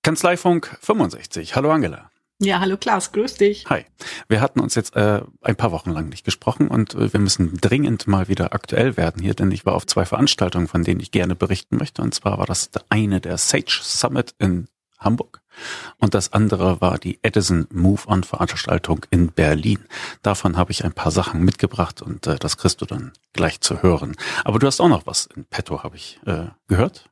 Kanzleifunk 65. Hallo Angela. Ja, hallo Klaas, grüß dich. Hi. Wir hatten uns jetzt ein paar Wochen lang nicht gesprochen und wir müssen dringend mal wieder aktuell werden hier, denn ich war auf 2 Veranstaltungen, von denen ich gerne berichten möchte. Und zwar war das eine der Sage Summit in Hamburg und das andere war die Edison Move-On-Veranstaltung in Berlin. Davon habe ich ein paar Sachen mitgebracht und das kriegst du dann gleich zu hören. Aber du hast auch noch was in petto, habe ich gehört.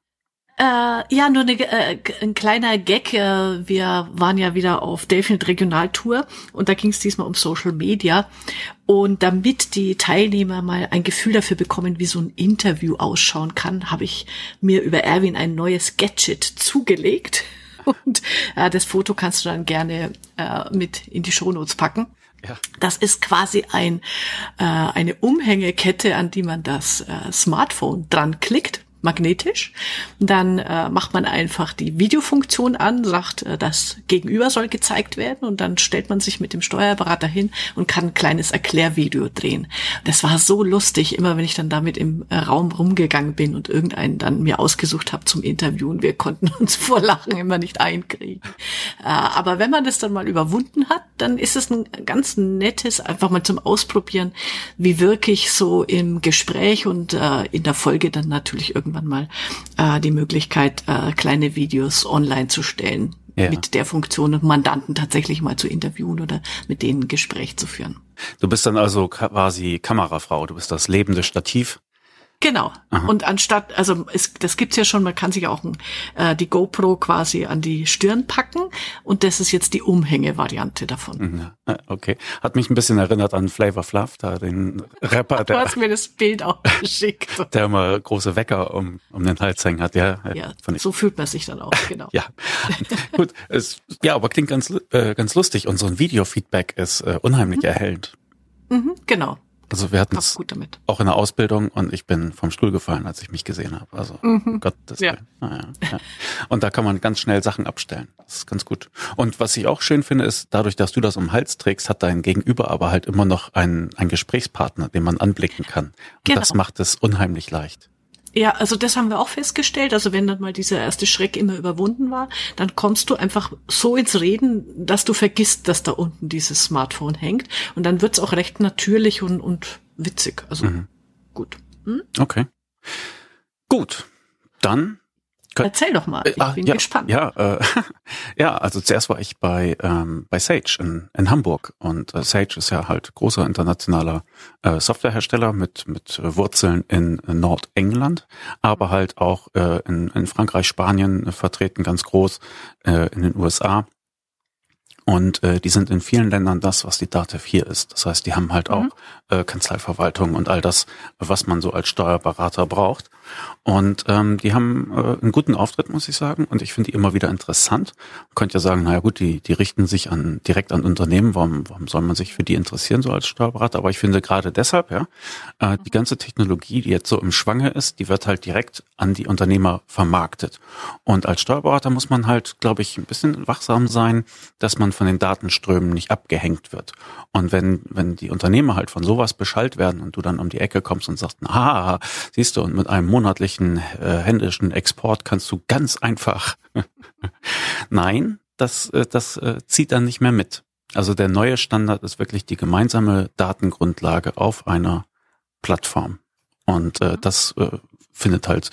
Ja, nur ein kleiner Gag. Wir waren ja wieder auf Delfinet Regionaltour und da ging es diesmal um Social Media. Und damit die Teilnehmer mal ein Gefühl dafür bekommen, wie so ein Interview ausschauen kann, habe ich mir über Erwin ein neues Gadget zugelegt. Und das Foto kannst du dann gerne mit in die Shownotes packen. Ja. Das ist quasi eine Umhängekette, an die man das Smartphone dran klickt. Magnetisch. Und dann macht man einfach die Videofunktion an, sagt, das Gegenüber soll gezeigt werden und dann stellt man sich mit dem Steuerberater hin und kann ein kleines Erklärvideo drehen. Das war so lustig, immer wenn ich dann damit im Raum rumgegangen bin und irgendeinen dann mir ausgesucht habe zum Interviewen. Wir konnten uns vor Lachen immer nicht einkriegen. Aber wenn man das dann mal überwunden hat, dann ist es ein ganz nettes, einfach mal zum Ausprobieren, wie wirklich so im Gespräch und in der Folge dann natürlich irgendwann mal die Möglichkeit, kleine Videos online zu stellen, mit der Funktion und Mandanten tatsächlich mal zu interviewen oder mit denen ein Gespräch zu führen. Du bist dann also quasi Kamerafrau, du bist das lebende Stativ. Genau. Aha. Und anstatt, also das gibt's ja schon, man kann sich auch die GoPro quasi an die Stirn packen und das ist jetzt die Umhänge-Variante davon. Okay. Hat mich ein bisschen erinnert an Flavor Fluff, da den Rapper, du hast mir das Bild auch geschickt. Der immer große Wecker um den Hals hängen hat. Ja, so fühlt man sich dann auch, genau. Ja, gut. Aber klingt ganz lustig und so ein Video-Feedback ist unheimlich erhellend. Genau. Also wir hatten es auch in der Ausbildung und ich bin vom Stuhl gefallen, als ich mich gesehen habe. Also Gottes Willen. Ja. Und da kann man ganz schnell Sachen abstellen. Das ist ganz gut. Und was ich auch schön finde, ist, dadurch, dass du das um den Hals trägst, hat dein Gegenüber aber halt immer noch einen Gesprächspartner, den man anblicken kann. Und das macht es unheimlich leicht. Ja, also das haben wir auch festgestellt. Also wenn dann mal dieser erste Schreck immer überwunden war, dann kommst du einfach so ins Reden, dass du vergisst, dass da unten dieses Smartphone hängt. Und dann wird's auch recht natürlich und witzig. Also gut. Okay. Gut, dann... Erzähl doch mal, ich bin gespannt. Also zuerst war ich bei Sage in Hamburg und Sage ist ja halt großer internationaler Softwarehersteller mit Wurzeln in Nordengland, aber halt auch in Frankreich, Spanien vertreten, ganz groß, in den USA. Und die sind in vielen Ländern das, was die DATEV hier ist. Das heißt, die haben halt auch Kanzleiverwaltung und all das, was man so als Steuerberater braucht. Und die haben einen guten Auftritt, muss ich sagen. Und ich finde die immer wieder interessant. Man könnte ja sagen, naja gut, die richten sich direkt an Unternehmen. Warum soll man sich für die interessieren, so als Steuerberater? Aber ich finde gerade deshalb, die ganze Technologie, die jetzt so im Schwange ist, die wird halt direkt an die Unternehmer vermarktet. Und als Steuerberater muss man halt, glaube ich, ein bisschen wachsam sein, dass man von den Datenströmen nicht abgehängt wird. Und wenn die Unternehmer halt von sowas beschallt werden und du dann um die Ecke kommst und sagst, siehst du, und mit einem monatlichen händischen Export kannst du ganz einfach. Nein, das zieht dann nicht mehr mit. Also der neue Standard ist wirklich die gemeinsame Datengrundlage auf einer Plattform. Und das findet halt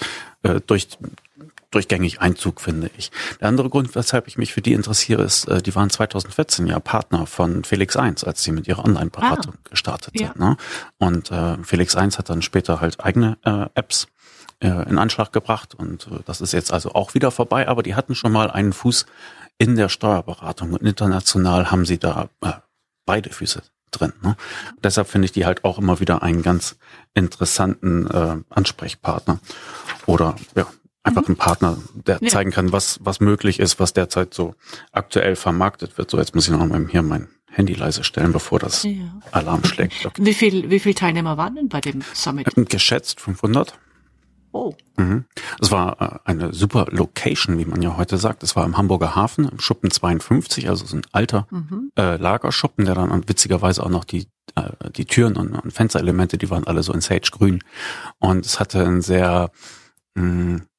durchgängig Einzug, finde ich. Der andere Grund, weshalb ich mich für die interessiere, ist, die waren 2014 ja Partner von Felix 1, als sie mit ihrer Online-Beratung gestartet sind. Ne? Und Felix 1 hat dann später halt eigene Apps in Anschlag gebracht und das ist jetzt also auch wieder vorbei, aber die hatten schon mal einen Fuß in der Steuerberatung und international haben sie da beide Füße drin. Ne? Deshalb finde ich die halt auch immer wieder einen ganz interessanten Ansprechpartner oder einfach ein Partner, der zeigen kann, was möglich ist, was derzeit so aktuell vermarktet wird. So, jetzt muss ich noch mal hier mein Handy leise stellen, bevor das Alarm schlägt. Okay. Wie viel Teilnehmer waren denn bei dem Summit? Geschätzt 500. Oh. Es war eine super Location, wie man ja heute sagt. Es war im Hamburger Hafen, im Schuppen 52, also so ein alter Lagerschuppen, der dann witzigerweise auch noch die Türen und Fensterelemente, die waren alle so in Sage-Grün. Und es hatte einen sehr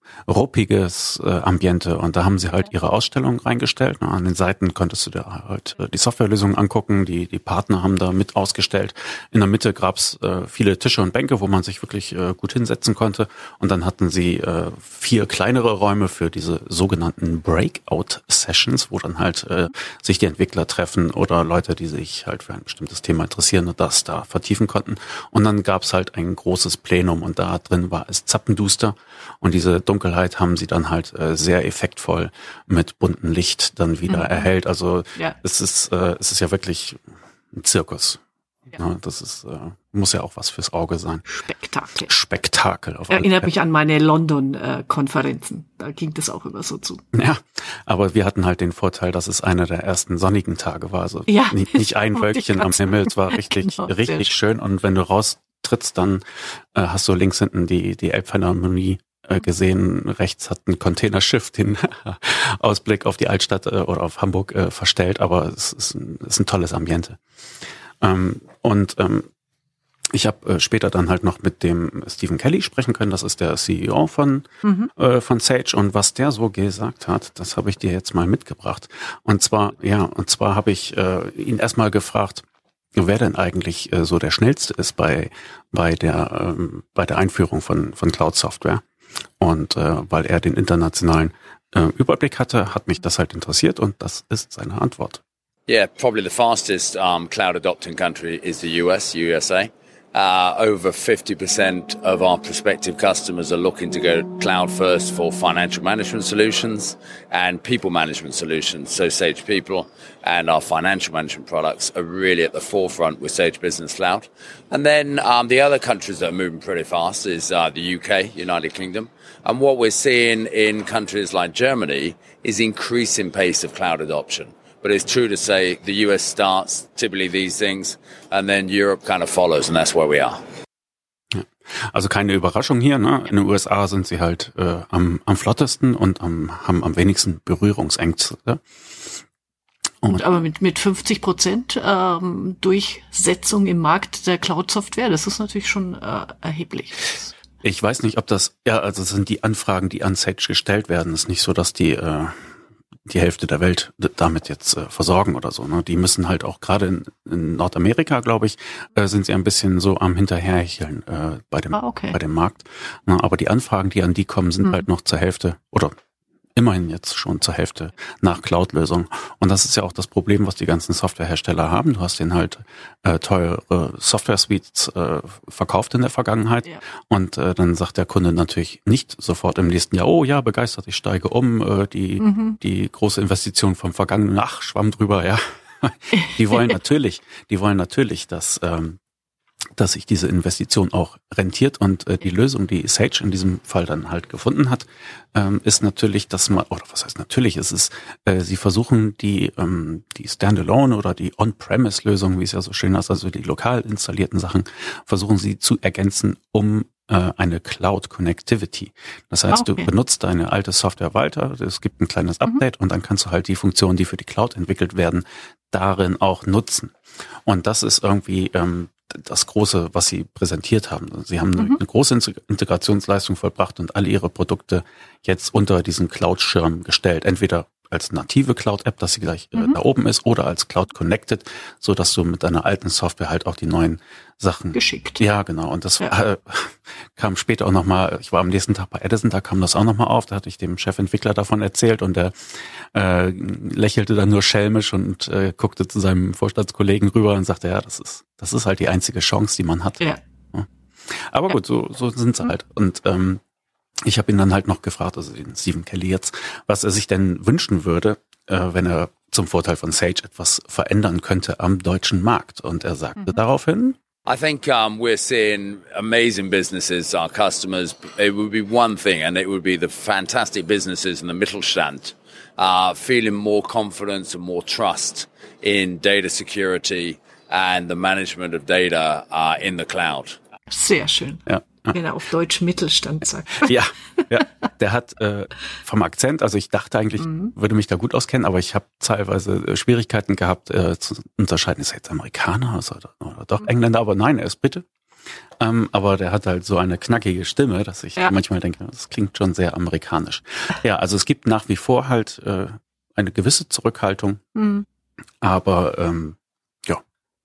ruppiges Ambiente und da haben sie halt ihre Ausstellung reingestellt. An den Seiten konntest du dir halt die Softwarelösungen angucken, die Partner haben da mit ausgestellt. In der Mitte gab's viele Tische und Bänke, wo man sich wirklich gut hinsetzen konnte und dann hatten sie 4 kleinere Räume für diese sogenannten Breakout-Sessions, wo dann halt sich die Entwickler treffen oder Leute, die sich halt für ein bestimmtes Thema interessieren und das da vertiefen konnten. Und dann gab's halt ein großes Plenum und da drin war es zappenduster und diese Dunkelheit haben sie dann halt sehr effektvoll mit buntem Licht dann wieder erhellt. Also es ist ja wirklich ein Zirkus. Ja, das ist muss ja auch was fürs Auge sein. Spektakel. Erinnert mich an meine London-Konferenzen. Da ging das auch immer so zu. Ja, aber wir hatten halt den Vorteil, dass es einer der ersten sonnigen Tage war. Also nicht ein Wölkchen am Himmel. Es war richtig schön. Und wenn du raustrittst, dann hast du links hinten die Elbphilharmonie gesehen, rechts hat ein Containerschiff den Ausblick auf die Altstadt oder auf Hamburg verstellt, aber es ist ein tolles Ambiente. Ich habe später dann halt noch mit dem Stephen Kelly sprechen können, das ist der CEO von Sage und was der so gesagt hat, das habe ich dir jetzt mal mitgebracht. Und zwar habe ich ihn erstmal gefragt, wer denn eigentlich so der Schnellste ist bei der Einführung von Cloud-Software. Und weil er den internationalen Überblick hatte, hat mich das halt interessiert und das ist seine Antwort. Yeah, probably the fastest cloud adopting country is the USA. Over 50% of our prospective customers are looking to go cloud first for financial management solutions and people management solutions. So Sage People and our financial management products are really at the forefront with Sage Business Cloud. And then the other countries that are moving pretty fast is the UK, United Kingdom. And what we're seeing in countries like Germany is increasing pace of cloud adoption. But it's true to say the US starts typically these things and then Europe kind of follows and that's where we are. Ja. Also keine Überraschung hier, ne? In den USA sind sie halt am flottesten und haben am wenigsten Berührungsängste. Und aber mit 50% Durchsetzung im Markt der Cloud-Software, das ist natürlich schon erheblich. Ich weiß nicht, ob das sind die Anfragen, die an Sage gestellt werden. Es ist nicht so, dass die Hälfte der Welt damit jetzt versorgen oder so. Ne? Die müssen halt auch gerade in Nordamerika, glaube ich, sind sie ein bisschen so am Hinterherhecheln bei dem Markt. Na, aber die Anfragen, die an die kommen, sind halt noch zur Hälfte oder immerhin jetzt schon zur Hälfte nach Cloud-Lösungen. Und das ist ja auch das Problem, was die ganzen Softwarehersteller haben. Du hast denen halt teure Software-Suites verkauft in der Vergangenheit. Ja. Und dann sagt der Kunde natürlich nicht sofort im nächsten Jahr, oh ja, begeistert, ich steige um, die große Investition vom vergangenen, schwamm drüber, ja. Die wollen natürlich, dass sich diese Investition auch rentiert und die Lösung, die Sage in diesem Fall dann halt gefunden hat, ist natürlich, sie versuchen die Standalone oder die On-Premise-Lösung, wie es ja so schön heißt, also die lokal installierten Sachen, versuchen sie zu ergänzen um eine Cloud-Connectivity. Das heißt, du benutzt deine alte Software weiter, es gibt ein kleines Update und dann kannst du halt die Funktionen, die für die Cloud entwickelt werden, darin auch nutzen. Und das ist irgendwie das Große, was sie präsentiert haben. Sie haben eine große Integrationsleistung vollbracht und alle ihre Produkte jetzt unter diesen Cloud-Schirm gestellt. Entweder als native Cloud-App, dass sie gleich da oben ist, oder als Cloud-Connected, so dass du mit deiner alten Software halt auch die neuen Sachen geschickt. Ja, genau. Und das kam später auch nochmal, ich war am nächsten Tag bei Edison, da kam das auch nochmal auf, da hatte ich dem Chefentwickler davon erzählt und der lächelte dann nur schelmisch und guckte zu seinem Vorstandskollegen rüber und sagte, ja, das ist halt die einzige Chance, die man hat. Ja. Aber gut, so sind sie halt. Und ich habe ihn dann halt noch gefragt, also den Stephen Kelly jetzt, was er sich denn wünschen würde, wenn er zum Vorteil von Sage etwas verändern könnte am deutschen Markt. Und er sagte daraufhin, I think we're seeing amazing businesses, our customers. It would be one thing, and it would be the fantastic businesses in the Mittelstand feeling more confidence and more trust in data security and the management of data in the cloud. Sehr schön. Ja. Wenn er auf Deutsch Mittelstand sagt. Ja, der hat vom Akzent, also ich dachte eigentlich, würde mich da gut auskennen, aber ich habe teilweise Schwierigkeiten gehabt zu unterscheiden, ist er jetzt Amerikaner oder doch Engländer, aber nein, er ist Brite. Aber der hat halt so eine knackige Stimme, dass ich manchmal denke, das klingt schon sehr amerikanisch. Ja, also es gibt nach wie vor halt eine gewisse Zurückhaltung, aber ja.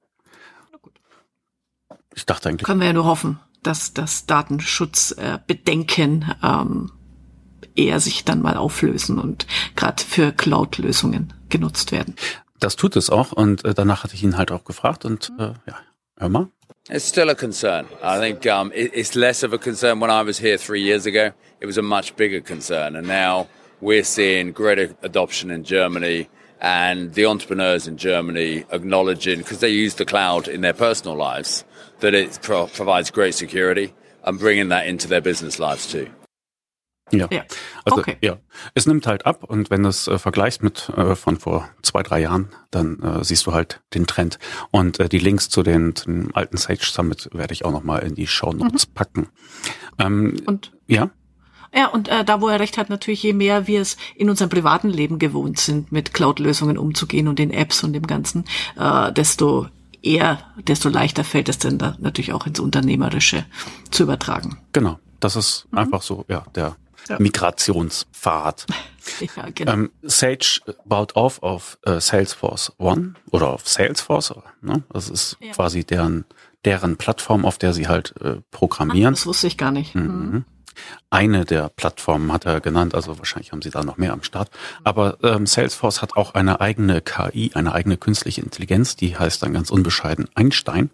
Ich dachte eigentlich... Können wir ja nur hoffen, dass das Datenschutzbedenken eher sich dann mal auflösen und gerade für Cloud-Lösungen genutzt werden. Das tut es auch und danach hatte ich ihn halt auch gefragt und ja, hör mal. It's still a concern. I think it's less of a concern when I was here 3 years ago. It was a much bigger concern. And now we're seeing greater adoption in Germany and the entrepreneurs in Germany acknowledging, because they use the cloud in their personal lives, that it provides great security and bringing that into their business lives too. Ja, also ja, es nimmt halt ab und wenn du es vergleichst mit von vor 2-3 Jahren, dann siehst du halt den Trend und die Links zu dem alten Sage Summit werde ich auch nochmal in die Shownotes packen. Und ja, und da wo er recht hat, natürlich je mehr wir es in unserem privaten Leben gewohnt sind, mit Cloud-Lösungen umzugehen und den Apps und dem Ganzen, desto leichter fällt es dann da natürlich auch ins Unternehmerische zu übertragen. Genau, das ist einfach so, ja, der Migrationspfad. Ja, genau. Sage baut auf Salesforce One oder auf Salesforce. Ne? Das ist quasi deren Plattform, auf der sie halt programmieren. Das wusste ich gar nicht. Eine der Plattformen hat er genannt, also wahrscheinlich haben sie da noch mehr am Start. Aber Salesforce hat auch eine eigene KI, eine eigene künstliche Intelligenz, die heißt dann ganz unbescheiden Einstein.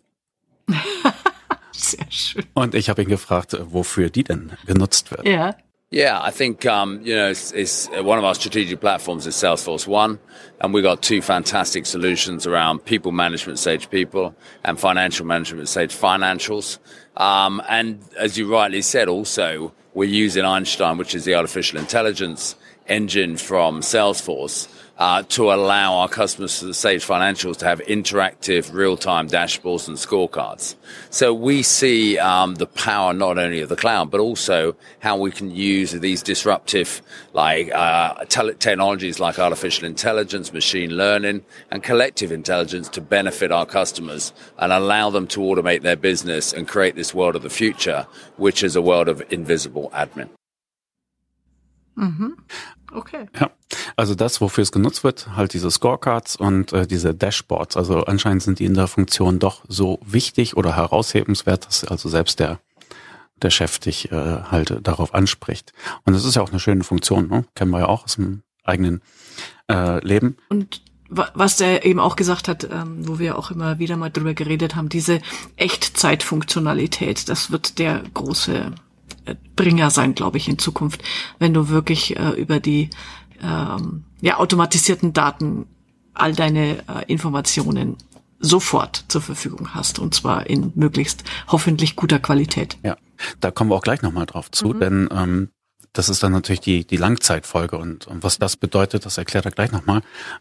Sehr schön. Und ich habe ihn gefragt, wofür die denn genutzt wird. Ja. Yeah, I think, it's one of our strategic platforms is Salesforce One, and we got 2 fantastic solutions around people management, Sage People, and financial management, Sage Financials. And as you rightly said, also, we're using Einstein, which is the artificial intelligence engine from Salesforce, to allow our customers to the Sage Financials to have interactive real-time dashboards and scorecards. So we see the power not only of the cloud, but also how we can use these disruptive technologies like artificial intelligence, machine learning, and collective intelligence to benefit our customers and allow them to automate their business and create this world of the future, which is a world of invisible admin. Okay. Ja, also das, wofür es genutzt wird, halt diese Scorecards und diese Dashboards. Also anscheinend sind die in der Funktion doch so wichtig oder heraushebenswert, dass also selbst der Chef dich halt darauf anspricht. Und das ist ja auch eine schöne Funktion, ne? Kennen wir ja auch aus dem eigenen Leben. Und was der eben auch gesagt hat, wo wir auch immer wieder mal drüber geredet haben, diese Echtzeitfunktionalität, das wird der große Bringer sein, glaube ich, in Zukunft, wenn du wirklich über die automatisierten Daten all deine Informationen sofort zur Verfügung hast und zwar in möglichst hoffentlich guter Qualität. Ja, da kommen wir auch gleich nochmal drauf zu, denn das ist dann natürlich die Langzeitfolge und was das bedeutet, das erklärt er gleich nochmal.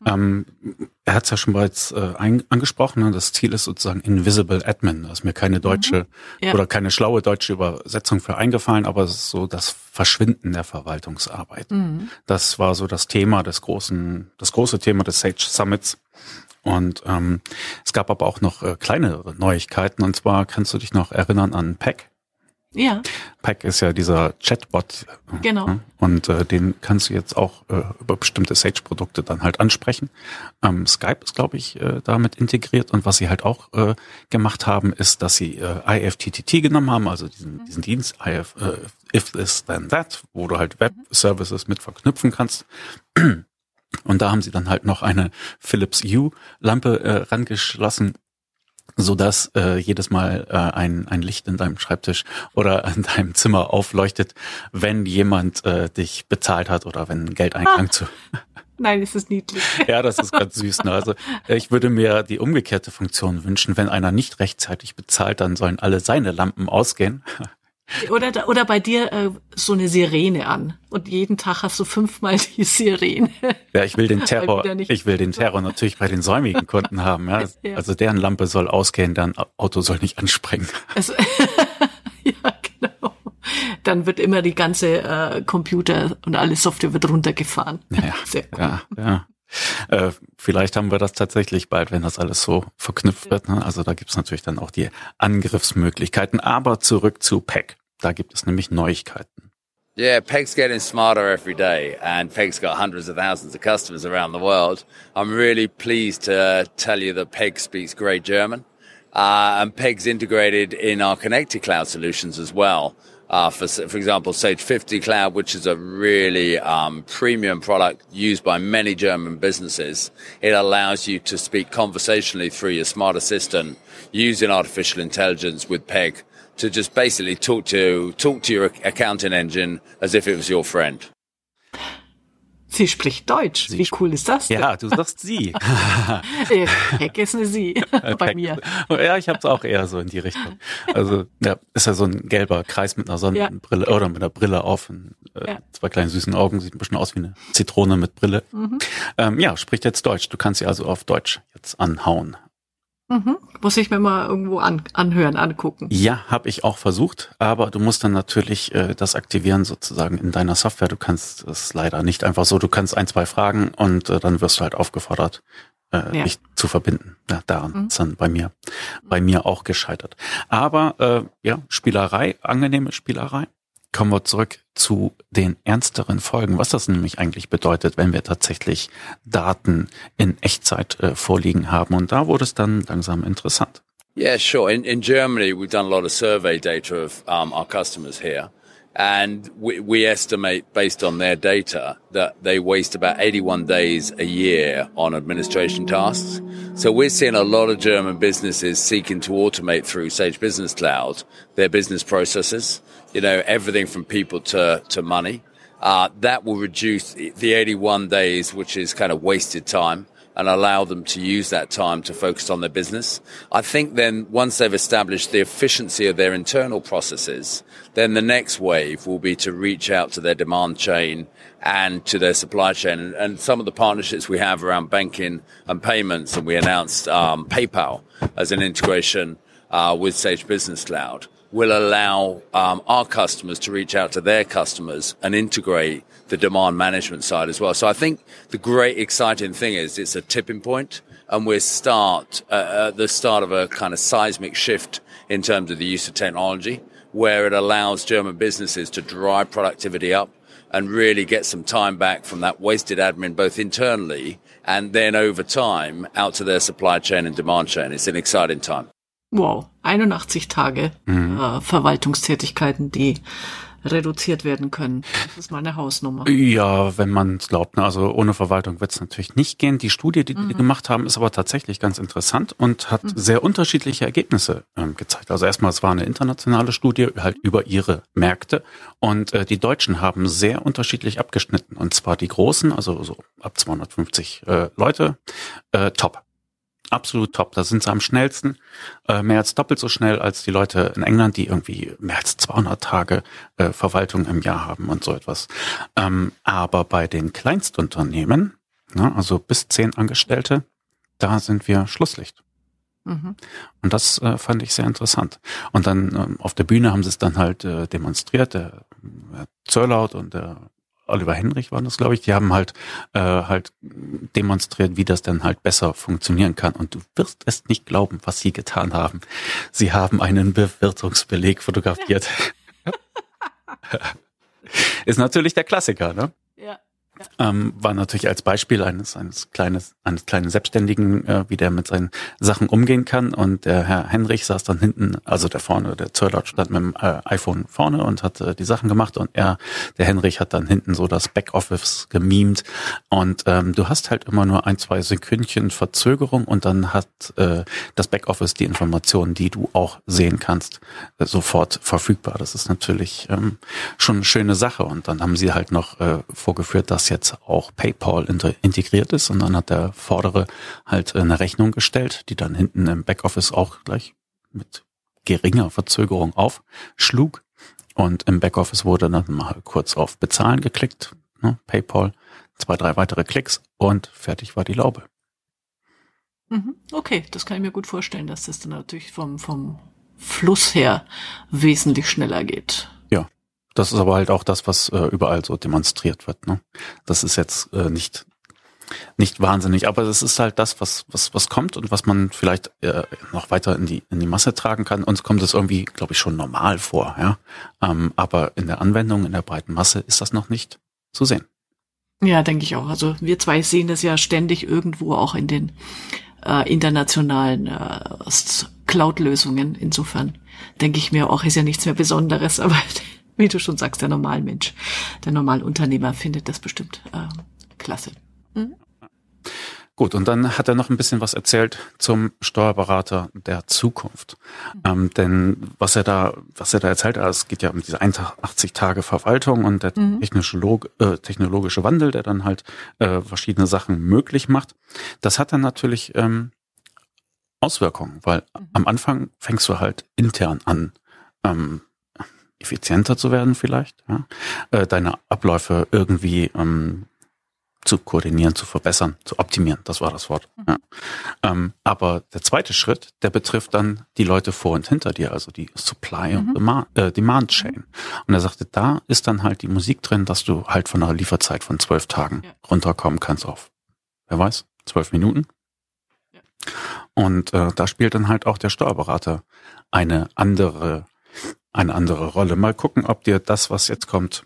Er hat es ja schon bereits angesprochen, ne? Das Ziel ist sozusagen Invisible Admin. Da ist mir keine deutsche oder keine schlaue deutsche Übersetzung für eingefallen, aber es ist so das Verschwinden der Verwaltungsarbeit. Das war so das Thema das große Thema des Sage Summits. Und es gab aber auch noch kleinere Neuigkeiten, und zwar kannst du dich noch erinnern an PAC? Ja. PAC ist ja dieser Chatbot. Genau. Und den kannst du jetzt auch über bestimmte Sage-Produkte dann halt ansprechen. Skype ist, glaube ich, damit integriert. Und was sie halt auch gemacht haben, ist, dass sie IFTTT genommen haben, also diesen Dienst, If This Then That, wo du halt Web-Services mit verknüpfen kannst. Und da haben sie dann halt noch eine Philips Hue-Lampe rangeschlossen, so dass jedes Mal ein Licht in deinem Schreibtisch oder in deinem Zimmer aufleuchtet, wenn jemand dich bezahlt hat oder wenn Geldeingang zu... Nein, es ist niedlich. Ja, das ist ganz süß. Ne? Also ich würde mir die umgekehrte Funktion wünschen, wenn einer nicht rechtzeitig bezahlt, dann sollen alle seine Lampen ausgehen. Oder bei dir so eine Sirene an und jeden Tag hast du 5-mal die Sirene. Ja, ich will den Terror natürlich bei den säumigen Kunden haben. Ja? Ja. Also deren Lampe soll ausgehen, deren Auto soll nicht anspringen. Also, ja, genau. Dann wird immer die ganze Computer und alle Software wird runtergefahren. Ja. Vielleicht haben wir das tatsächlich bald, wenn das alles so verknüpft wird. Ne? Also da gibt's natürlich dann auch die Angriffsmöglichkeiten. Aber zurück zu Peg. Da gibt es nämlich Neuigkeiten. Yeah, Peg's getting smarter every day, and Peg's got hundreds of thousands of customers around the world. I'm really pleased to tell you that Peg speaks great German, and Peg's integrated in our connected cloud solutions as well. For example, Sage 50 Cloud, which is a really premium product used by many German businesses. It allows you to speak conversationally through your smart assistant using artificial intelligence with Peg to just basically talk to your accounting engine as if it was your friend. Sie spricht Deutsch. Wie cool ist das denn? Ja, du sagst sie. Peg ist eine Sie bei mir. Ja, ich habe es auch eher so in die Richtung. Also ja, ist ja so ein gelber Kreis mit einer Sonnenbrille oder mit einer Brille auf. Zwei kleinen süßen Augen, sieht ein bisschen aus wie eine Zitrone mit Brille. Ja, spricht jetzt Deutsch. Du kannst sie also auf Deutsch jetzt anhauen. Muss ich mir mal irgendwo angucken. Ja, habe ich auch versucht, aber du musst dann natürlich das aktivieren sozusagen in deiner Software. Du kannst es leider nicht einfach so, du kannst 1, 2 Fragen und dann wirst du halt aufgefordert, dich zu verbinden. Ja, daran ist dann bei mir auch gescheitert. Aber Spielerei, angenehme Spielerei. Kommen wir zurück zu den ernsteren Folgen, was das nämlich eigentlich bedeutet, wenn wir tatsächlich Daten in Echtzeit vorliegen haben. Und da wurde es dann langsam interessant. Yeah, sure. In Germany, we've done a lot of survey data of our customers here. And we estimate, based on their data, that they waste about 81 days a year on administration tasks. So we're seeing a lot of German businesses seeking to automate through Sage Business Cloud their business processes, everything from people to money. That will reduce the 81 days, which is kind of wasted time, and allow them to use that time to focus on their business. I think then once they've established the efficiency of their internal processes, then the next wave will be to reach out to their demand chain and to their supply chain. And some of the partnerships we have around banking and payments, and we announced PayPal as an integration with Sage Business Cloud, will allow our customers to reach out to their customers and integrate the demand management side as well. So I think the great exciting thing is it's a tipping point, and we're at the start of a kind of seismic shift in terms of the use of technology, where it allows German businesses to drive productivity up and really get some time back from that wasted admin, both internally and then over time out to their supply chain and demand chain. It's an exciting time. Wow, 81 Tage Verwaltungstätigkeiten, die reduziert werden können. Das ist mal eine Hausnummer. Ja, wenn man es glaubt. Also ohne Verwaltung wird es natürlich nicht gehen. Die Studie, die die gemacht haben, ist aber tatsächlich ganz interessant und hat sehr unterschiedliche Ergebnisse gezeigt. Also erstmal, es war eine internationale Studie halt über ihre Märkte, und die Deutschen haben sehr unterschiedlich abgeschnitten. Und zwar die Großen, also so ab 250 Leute, top. Absolut top. Da sind sie am schnellsten, mehr als doppelt so schnell als die Leute in England, die irgendwie mehr als 200 Tage Verwaltung im Jahr haben und so etwas. Aber bei den Kleinstunternehmen, also bis 10 Angestellte, da sind wir Schlusslicht. Und das fand ich sehr interessant. Und dann auf der Bühne haben sie es dann halt demonstriert, der Zörlaut und der Oliver Henrich waren das, glaube ich, die haben halt demonstriert, wie das dann halt besser funktionieren kann. Und du wirst es nicht glauben, was sie getan haben. Sie haben einen Bewirtungsbeleg fotografiert. Ist natürlich der Klassiker, ne? Ja. War natürlich als Beispiel eines kleinen Selbstständigen, wie der mit seinen Sachen umgehen kann. Und der Herr Henrich saß dann hinten, also der Zörlaut stand mit dem iPhone vorne und hat die Sachen gemacht, und der Henrich hat dann hinten so das Backoffice gemimt. Und du hast halt immer nur 1, 2 Sekündchen Verzögerung, und dann hat das Backoffice die Informationen, die du auch sehen kannst, sofort verfügbar. Das ist natürlich schon eine schöne Sache. Und dann haben sie halt noch vorgeführt, dass jetzt auch PayPal integriert ist, und dann hat der Vordere halt eine Rechnung gestellt, die dann hinten im Backoffice auch gleich mit geringer Verzögerung aufschlug, und im Backoffice wurde dann mal kurz auf Bezahlen geklickt, ne, PayPal, 2, 3 weitere Klicks und fertig war die Laube. Okay, das kann ich mir gut vorstellen, dass das dann natürlich vom Fluss her wesentlich schneller geht. Ja. Das ist aber halt auch das, was überall so demonstriert wird. Ne? Das ist jetzt nicht nicht wahnsinnig, aber es ist halt das, was kommt und was man vielleicht noch weiter in die Masse tragen kann. Uns kommt es irgendwie, glaube ich, schon normal vor, ja. Aber in der Anwendung, in der breiten Masse ist das noch nicht zu sehen. Ja, denke ich auch. Also wir zwei sehen das ja ständig irgendwo auch in den internationalen Cloud-Lösungen. Insofern denke ich mir auch, ist ja nichts mehr Besonderes, aber wie du schon sagst, der Normalmensch, der Normalunternehmer findet das bestimmt klasse. Mhm. Gut, und dann hat er noch ein bisschen was erzählt zum Steuerberater der Zukunft. Denn was er da erzählt hat, es geht ja um diese 81 Tage Verwaltung und der technologische Wandel, der dann halt verschiedene Sachen möglich macht. Das hat dann natürlich Auswirkungen, weil am Anfang fängst du halt intern an, effizienter zu werden vielleicht, ja? Deine Abläufe irgendwie zu koordinieren, zu verbessern, zu optimieren, das war das Wort. Ja. Aber der zweite Schritt, der betrifft dann die Leute vor und hinter dir, also die Supply und Demand Chain. Und er sagte, da ist dann halt die Musik drin, dass du halt von einer Lieferzeit von 12 Tagen runterkommen kannst auf, wer weiß, 12 Minuten. Ja. Und da spielt dann halt auch der Steuerberater eine andere Rolle. Mal gucken, ob dir das, was jetzt kommt,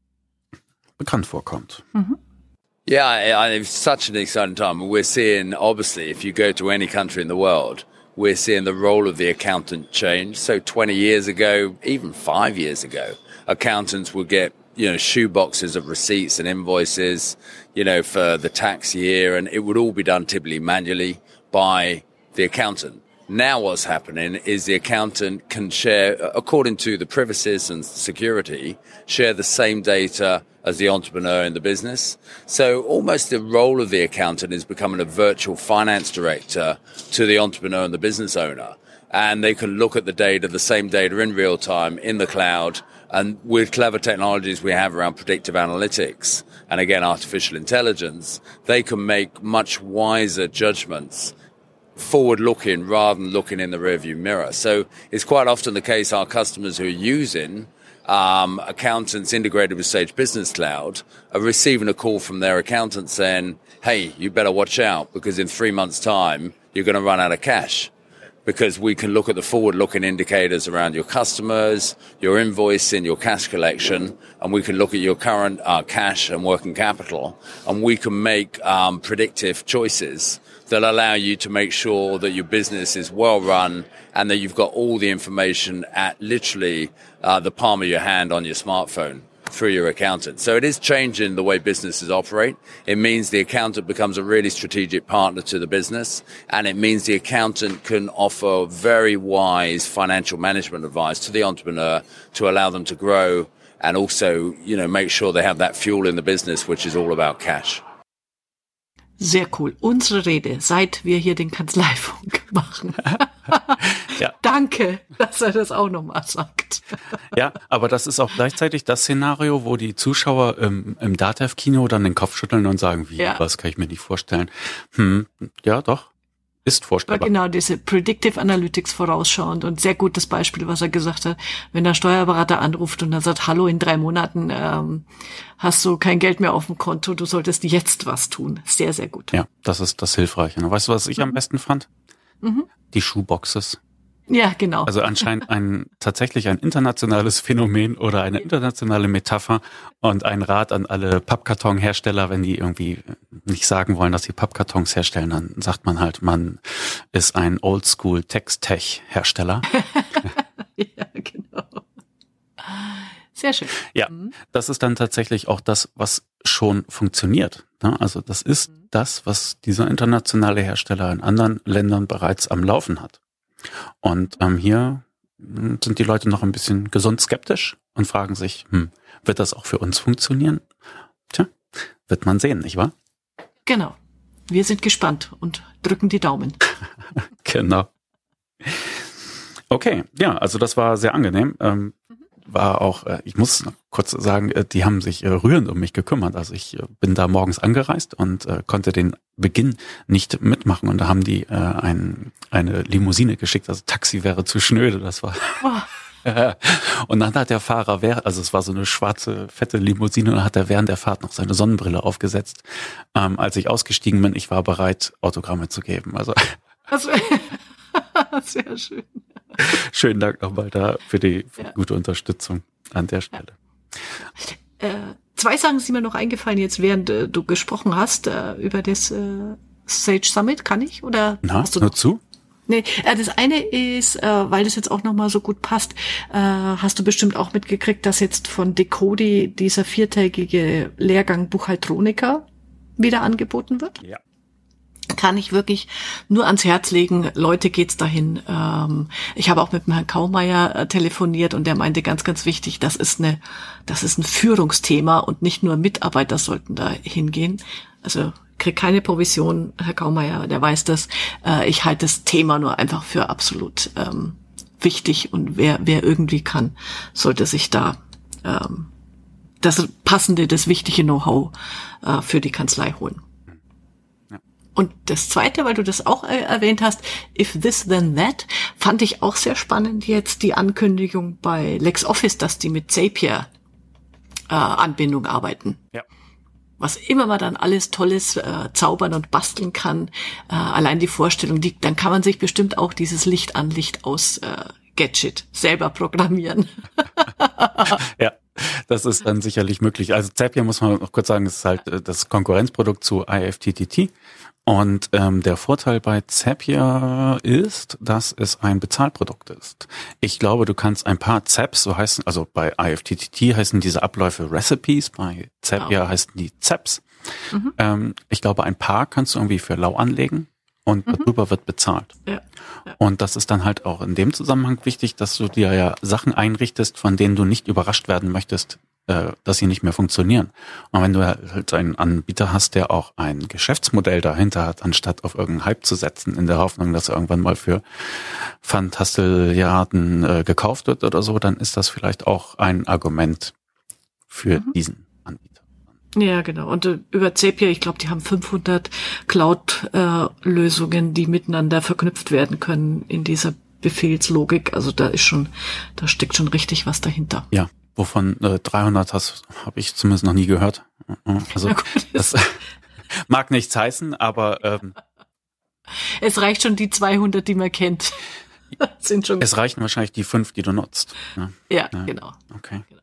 bekannt vorkommt. Mhm. Yeah, it's such an exciting time. We're seeing, obviously, if you go to any country in the world, we're seeing the role of the accountant change. So 20 years ago, even 5 years ago, accountants would get, shoe boxes of receipts and invoices, for the tax year, and it would all be done typically manually by the accountant. Now what's happening is the accountant can share, according to the privacies and security, share the same data as the entrepreneur in the business. So almost the role of the accountant is becoming a virtual finance director to the entrepreneur and the business owner. And they can look at the data, the same data in real time in the cloud. And with clever technologies we have around predictive analytics and again, artificial intelligence, they can make much wiser judgments forward-looking rather than looking in the rearview mirror. So it's quite often the case our customers who are using accountants integrated with Sage Business Cloud are receiving a call from their accountant saying, hey, you better watch out because in 3 months' time, you're going to run out of cash. Because we can look at the forward-looking indicators around your customers, your invoicing, your cash collection, and we can look at your current cash and working capital, and we can make predictive choices that allow you to make sure that your business is well run and that you've got all the information at literally the palm of your hand on your smartphone through your accountant. So it is changing the way businesses operate. It means the accountant becomes a really strategic partner to the business, and it means the accountant can offer very wise financial management advice to the entrepreneur to allow them to grow and also, make sure they have that fuel in the business, which is all about cash. Sehr cool. Unsere Rede, seit wir hier den Kanzleifunk machen. Ja. Danke, dass er das auch nochmal sagt. Ja, aber das ist auch gleichzeitig das Szenario, wo die Zuschauer im DATEV-Kino dann den Kopf schütteln und sagen, was kann ich mir nicht vorstellen. Ja, doch. Ist vorstellbar. Genau, diese Predictive Analytics vorausschauend und sehr gutes Beispiel, was er gesagt hat. Wenn der Steuerberater anruft und er sagt, hallo, in 3 Monaten hast du kein Geld mehr auf dem Konto, du solltest jetzt was tun. Sehr, sehr gut. Ja, das ist das Hilfreiche. Weißt du, was ich am besten fand? Die Shoeboxes. Ja, genau. Also anscheinend tatsächlich ein internationales Phänomen oder eine internationale Metapher und ein Rat an alle Pappkartonhersteller, wenn die irgendwie nicht sagen wollen, dass sie Pappkartons herstellen, dann sagt man halt, man ist ein Oldschool Text-Tech-Hersteller. Ja, genau. Sehr schön. Ja, das ist dann tatsächlich auch das, was schon funktioniert. Also das ist das, was dieser internationale Hersteller in anderen Ländern bereits am Laufen hat. Und hier sind die Leute noch ein bisschen gesund skeptisch und fragen sich, wird das auch für uns funktionieren? Tja, wird man sehen, nicht wahr? Genau. Wir sind gespannt und drücken die Daumen. Genau. Okay, ja, also das war sehr angenehm. War auch, ich muss kurz sagen, die haben sich rührend um mich gekümmert. Also ich bin da morgens angereist und konnte den Beginn nicht mitmachen. Und da haben die eine Limousine geschickt. Also Taxi wäre zu schnöde. Das war Und dann hat der Fahrer, also es war so eine schwarze, fette Limousine, und dann hat er während der Fahrt noch seine Sonnenbrille aufgesetzt. Als ich ausgestiegen bin, ich war bereit, Autogramme zu geben. Also sehr schön. Schönen Dank nochmal da für die gute Unterstützung an der Stelle. Zwei Sachen sind mir noch eingefallen jetzt, während du gesprochen hast über das Sage Summit. Kann ich? Oder hast du nur noch? zu? Nee, das eine ist, weil das jetzt auch nochmal so gut passt, hast du bestimmt auch mitgekriegt, dass jetzt von Decodi dieser 4-tägige Lehrgang Buchhaltroniker wieder angeboten wird? Ja. Kann ich wirklich nur ans Herz legen. Leute, geht's dahin. Ich habe auch mit dem Herrn Kaumeier telefoniert und der meinte ganz, ganz wichtig, das ist ein Führungsthema und nicht nur Mitarbeiter sollten da hingehen. Also krieg keine Provision, Herr Kaumeier, der weiß das. Ich halte das Thema nur einfach für absolut wichtig und wer irgendwie kann, sollte sich da das passende, das wichtige Know-how für die Kanzlei holen. Und das Zweite, weil du das auch erwähnt hast, if this then that, fand ich auch sehr spannend jetzt die Ankündigung bei LexOffice, dass die mit Zapier Anbindung arbeiten. Ja. Was immer man dann alles Tolles zaubern und basteln kann. Allein die Vorstellung, dann kann man sich bestimmt auch dieses Licht an, Licht aus Gadget selber programmieren. Ja, das ist dann sicherlich möglich. Also Zapier, muss man noch kurz sagen, ist halt das Konkurrenzprodukt zu IFTTT. Und der Vorteil bei Zapier ist, dass es ein Bezahlprodukt ist. Ich glaube, du kannst ein paar Zaps, so heißen, also bei IFTTT heißen diese Abläufe Recipes, bei Zapier heißen die Zaps. Ich glaube, ein paar kannst du irgendwie für lau anlegen und darüber wird bezahlt. Ja. Und das ist dann halt auch in dem Zusammenhang wichtig, dass du dir ja Sachen einrichtest, von denen du nicht überrascht werden möchtest, dass sie nicht mehr funktionieren. Und wenn du halt einen Anbieter hast, der auch ein Geschäftsmodell dahinter hat, anstatt auf irgendeinen Hype zu setzen, in der Hoffnung, dass er irgendwann mal für Fantastilliarden gekauft wird oder so, dann ist das vielleicht auch ein Argument für diesen Anbieter. Ja, genau. Und über Zapier, ich glaube, die haben 500 Cloud-Lösungen, die miteinander verknüpft werden können in dieser Befehlslogik. Also da steckt schon richtig was dahinter. Ja. Wovon 300 habe ich zumindest noch nie gehört. Also das mag nichts heißen, aber es reicht schon die 200, die man kennt. Sind schon. Es reichen wahrscheinlich die 5, die du nutzt. Ne? Ja, genau. Okay. Genau.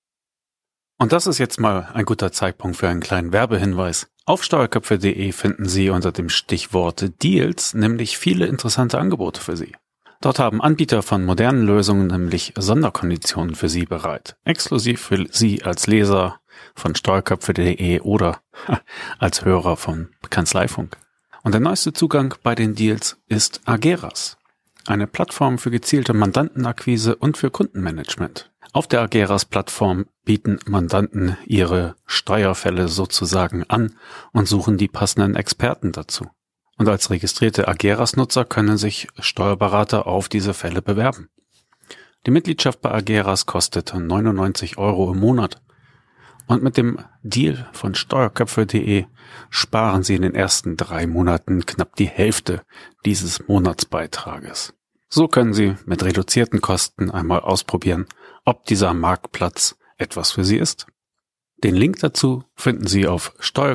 Und das ist jetzt mal ein guter Zeitpunkt für einen kleinen Werbehinweis. Auf steuerköpfe.de finden Sie unter dem Stichwort Deals nämlich viele interessante Angebote für Sie. Dort haben Anbieter von modernen Lösungen nämlich Sonderkonditionen für Sie bereit. Exklusiv für Sie als Leser von steuerköpfe.de oder als Hörer von Kanzleifunk. Und der neueste Zugang bei den Deals ist Ageras. Eine Plattform für gezielte Mandantenakquise und für Kundenmanagement. Auf der Ageras-Plattform bieten Mandanten ihre Steuerfälle sozusagen an und suchen die passenden Experten dazu. Und als registrierte Ageras-Nutzer können sich Steuerberater auf diese Fälle bewerben. Die Mitgliedschaft bei Ageras kostet 99 € im Monat. Und mit dem Deal von steuerköpfe.de sparen Sie in den ersten 3 Monaten knapp die Hälfte dieses Monatsbeitrages. So können Sie mit reduzierten Kosten einmal ausprobieren, ob dieser Marktplatz etwas für Sie ist. Den Link dazu finden Sie auf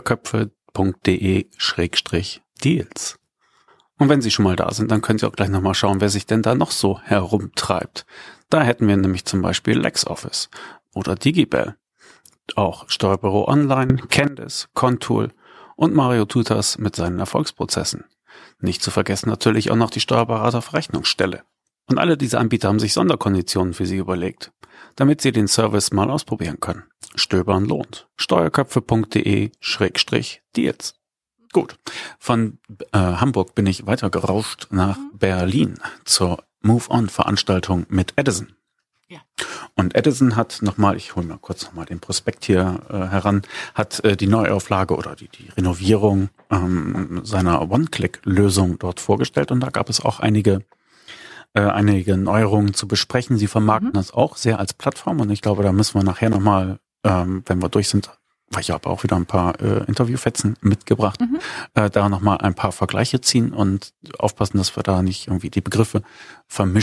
steuerköpfe.de/Deals. Und wenn Sie schon mal da sind, dann können Sie auch gleich nochmal schauen, wer sich denn da noch so herumtreibt. Da hätten wir nämlich zum Beispiel LexOffice oder Digibel, auch Steuerbüro Online, Candice, Contool und Mario Tutas mit seinen Erfolgsprozessen. Nicht zu vergessen natürlich auch noch die Steuerberaterverrechnungsstelle. Und alle diese Anbieter haben sich Sonderkonditionen für Sie überlegt, damit Sie den Service mal ausprobieren können. Stöbern lohnt. steuerköpfe.de/Deals. Gut, von Hamburg bin ich weiter gerauscht nach Berlin zur Move-On-Veranstaltung mit Edison. Ja. Und Edison hat nochmal, ich hole mal kurz nochmal den Prospekt hier heran, hat die Neuauflage oder die Renovierung seiner One-Click-Lösung dort vorgestellt und da gab es auch einige Neuerungen zu besprechen. Sie vermarkten das auch sehr als Plattform und ich glaube, da müssen wir nachher nochmal, wenn wir durch sind, weil ich habe auch wieder ein paar Interviewfetzen mitgebracht, da nochmal ein paar Vergleiche ziehen und aufpassen, dass wir da nicht irgendwie die Begriffe vermischen.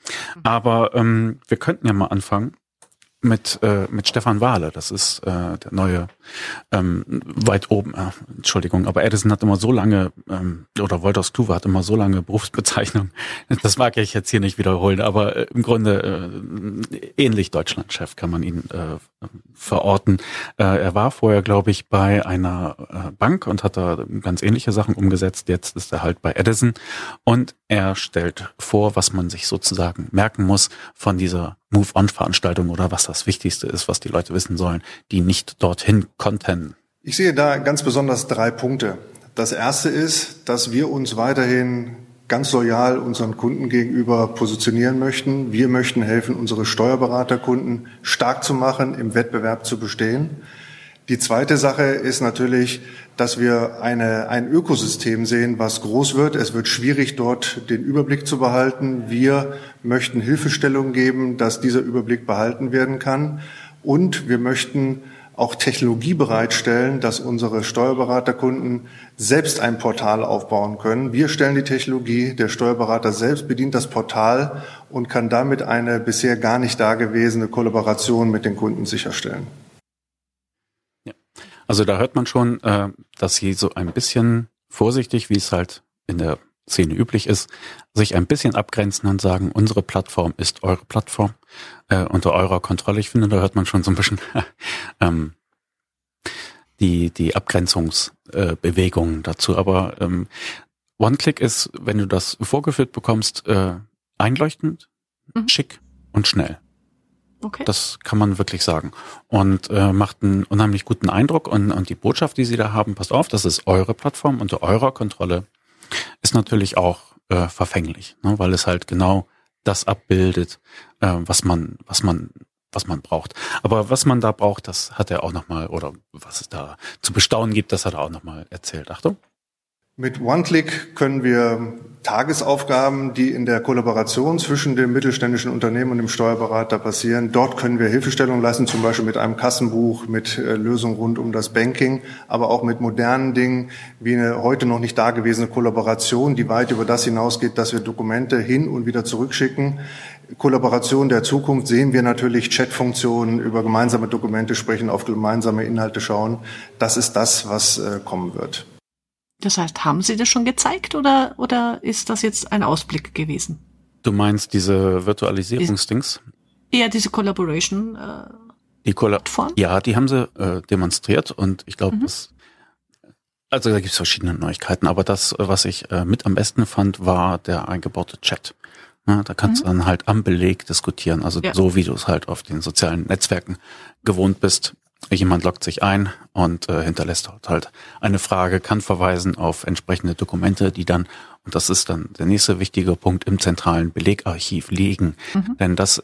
Aber wir könnten ja mal anfangen mit Stefan Wahle. Das ist der neue weit oben. Entschuldigung, aber Edison hat immer so lange oder Wolters Kluwer hat immer so lange Berufsbezeichnung. Das mag ich jetzt hier nicht wiederholen, aber im Grunde ähnlich Deutschlandchef kann man ihn verorten. Er war vorher, glaube ich, bei einer Bank und hat da ganz ähnliche Sachen umgesetzt. Jetzt ist er halt bei Edison und er stellt vor, was man sich sozusagen merken muss von dieser Move-on-Veranstaltung oder was das Wichtigste ist, was die Leute wissen sollen, die nicht dorthin konnten. Ich sehe da ganz besonders 3 Punkte. Das erste ist, dass wir uns weiterhin ganz loyal unseren Kunden gegenüber positionieren möchten. Wir möchten helfen, unsere Steuerberaterkunden stark zu machen, im Wettbewerb zu bestehen. Die zweite Sache ist natürlich, dass wir ein Ökosystem sehen, was groß wird. Es wird schwierig, dort den Überblick zu behalten. Wir möchten Hilfestellung geben, dass dieser Überblick behalten werden kann. Und wir möchten auch Technologie bereitstellen, dass unsere Steuerberaterkunden selbst ein Portal aufbauen können. Wir stellen die Technologie, der Steuerberater selbst bedient das Portal und kann damit eine bisher gar nicht dagewesene Kollaboration mit den Kunden sicherstellen. Also da hört man schon, dass sie so ein bisschen vorsichtig, wie es halt in der Szene üblich ist, sich ein bisschen abgrenzen und sagen, unsere Plattform ist eure Plattform unter eurer Kontrolle. Ich finde, da hört man schon so ein bisschen die Abgrenzungsbewegungen dazu. Aber One-Click ist, wenn du das vorgeführt bekommst, einleuchtend, schick und schnell. Okay. Das kann man wirklich sagen. Und macht einen unheimlich guten Eindruck. Und die Botschaft, die sie da haben, passt auf, das ist eure Plattform unter eurer Kontrolle, ist natürlich auch verfänglich, ne? Weil es halt genau das abbildet, was man braucht. Aber was man da braucht, das hat er auch nochmal, oder was es da zu bestaunen gibt, das hat er auch nochmal erzählt. Achtung. Mit OneClick können wir Tagesaufgaben, die in der Kollaboration zwischen dem mittelständischen Unternehmen und dem Steuerberater passieren, dort können wir Hilfestellung leisten, zum Beispiel mit einem Kassenbuch, mit Lösungen rund um das Banking, aber auch mit modernen Dingen wie eine heute noch nicht dagewesene Kollaboration, die weit über das hinausgeht, dass wir Dokumente hin und wieder zurückschicken. Kollaboration der Zukunft sehen wir natürlich, Chatfunktionen, über gemeinsame Dokumente sprechen, auf gemeinsame Inhalte schauen. Das ist das, was kommen wird. Das heißt, haben Sie das schon gezeigt oder ist das jetzt ein Ausblick gewesen? Du meinst diese Virtualisierungsdings? Ja, diese Collaboration Plattform? Ja, die haben sie demonstriert und ich glaube, also da gibt es verschiedene Neuigkeiten, aber das, was ich mit am besten fand, war der eingebaute Chat. Ja, da kannst du dann halt am Beleg diskutieren, also so wie du es halt auf den sozialen Netzwerken gewohnt bist. Jemand loggt sich ein und hinterlässt dort halt eine Frage, kann verweisen auf entsprechende Dokumente, die dann, und das ist dann der nächste wichtige Punkt, im zentralen Belegarchiv liegen. Denn das,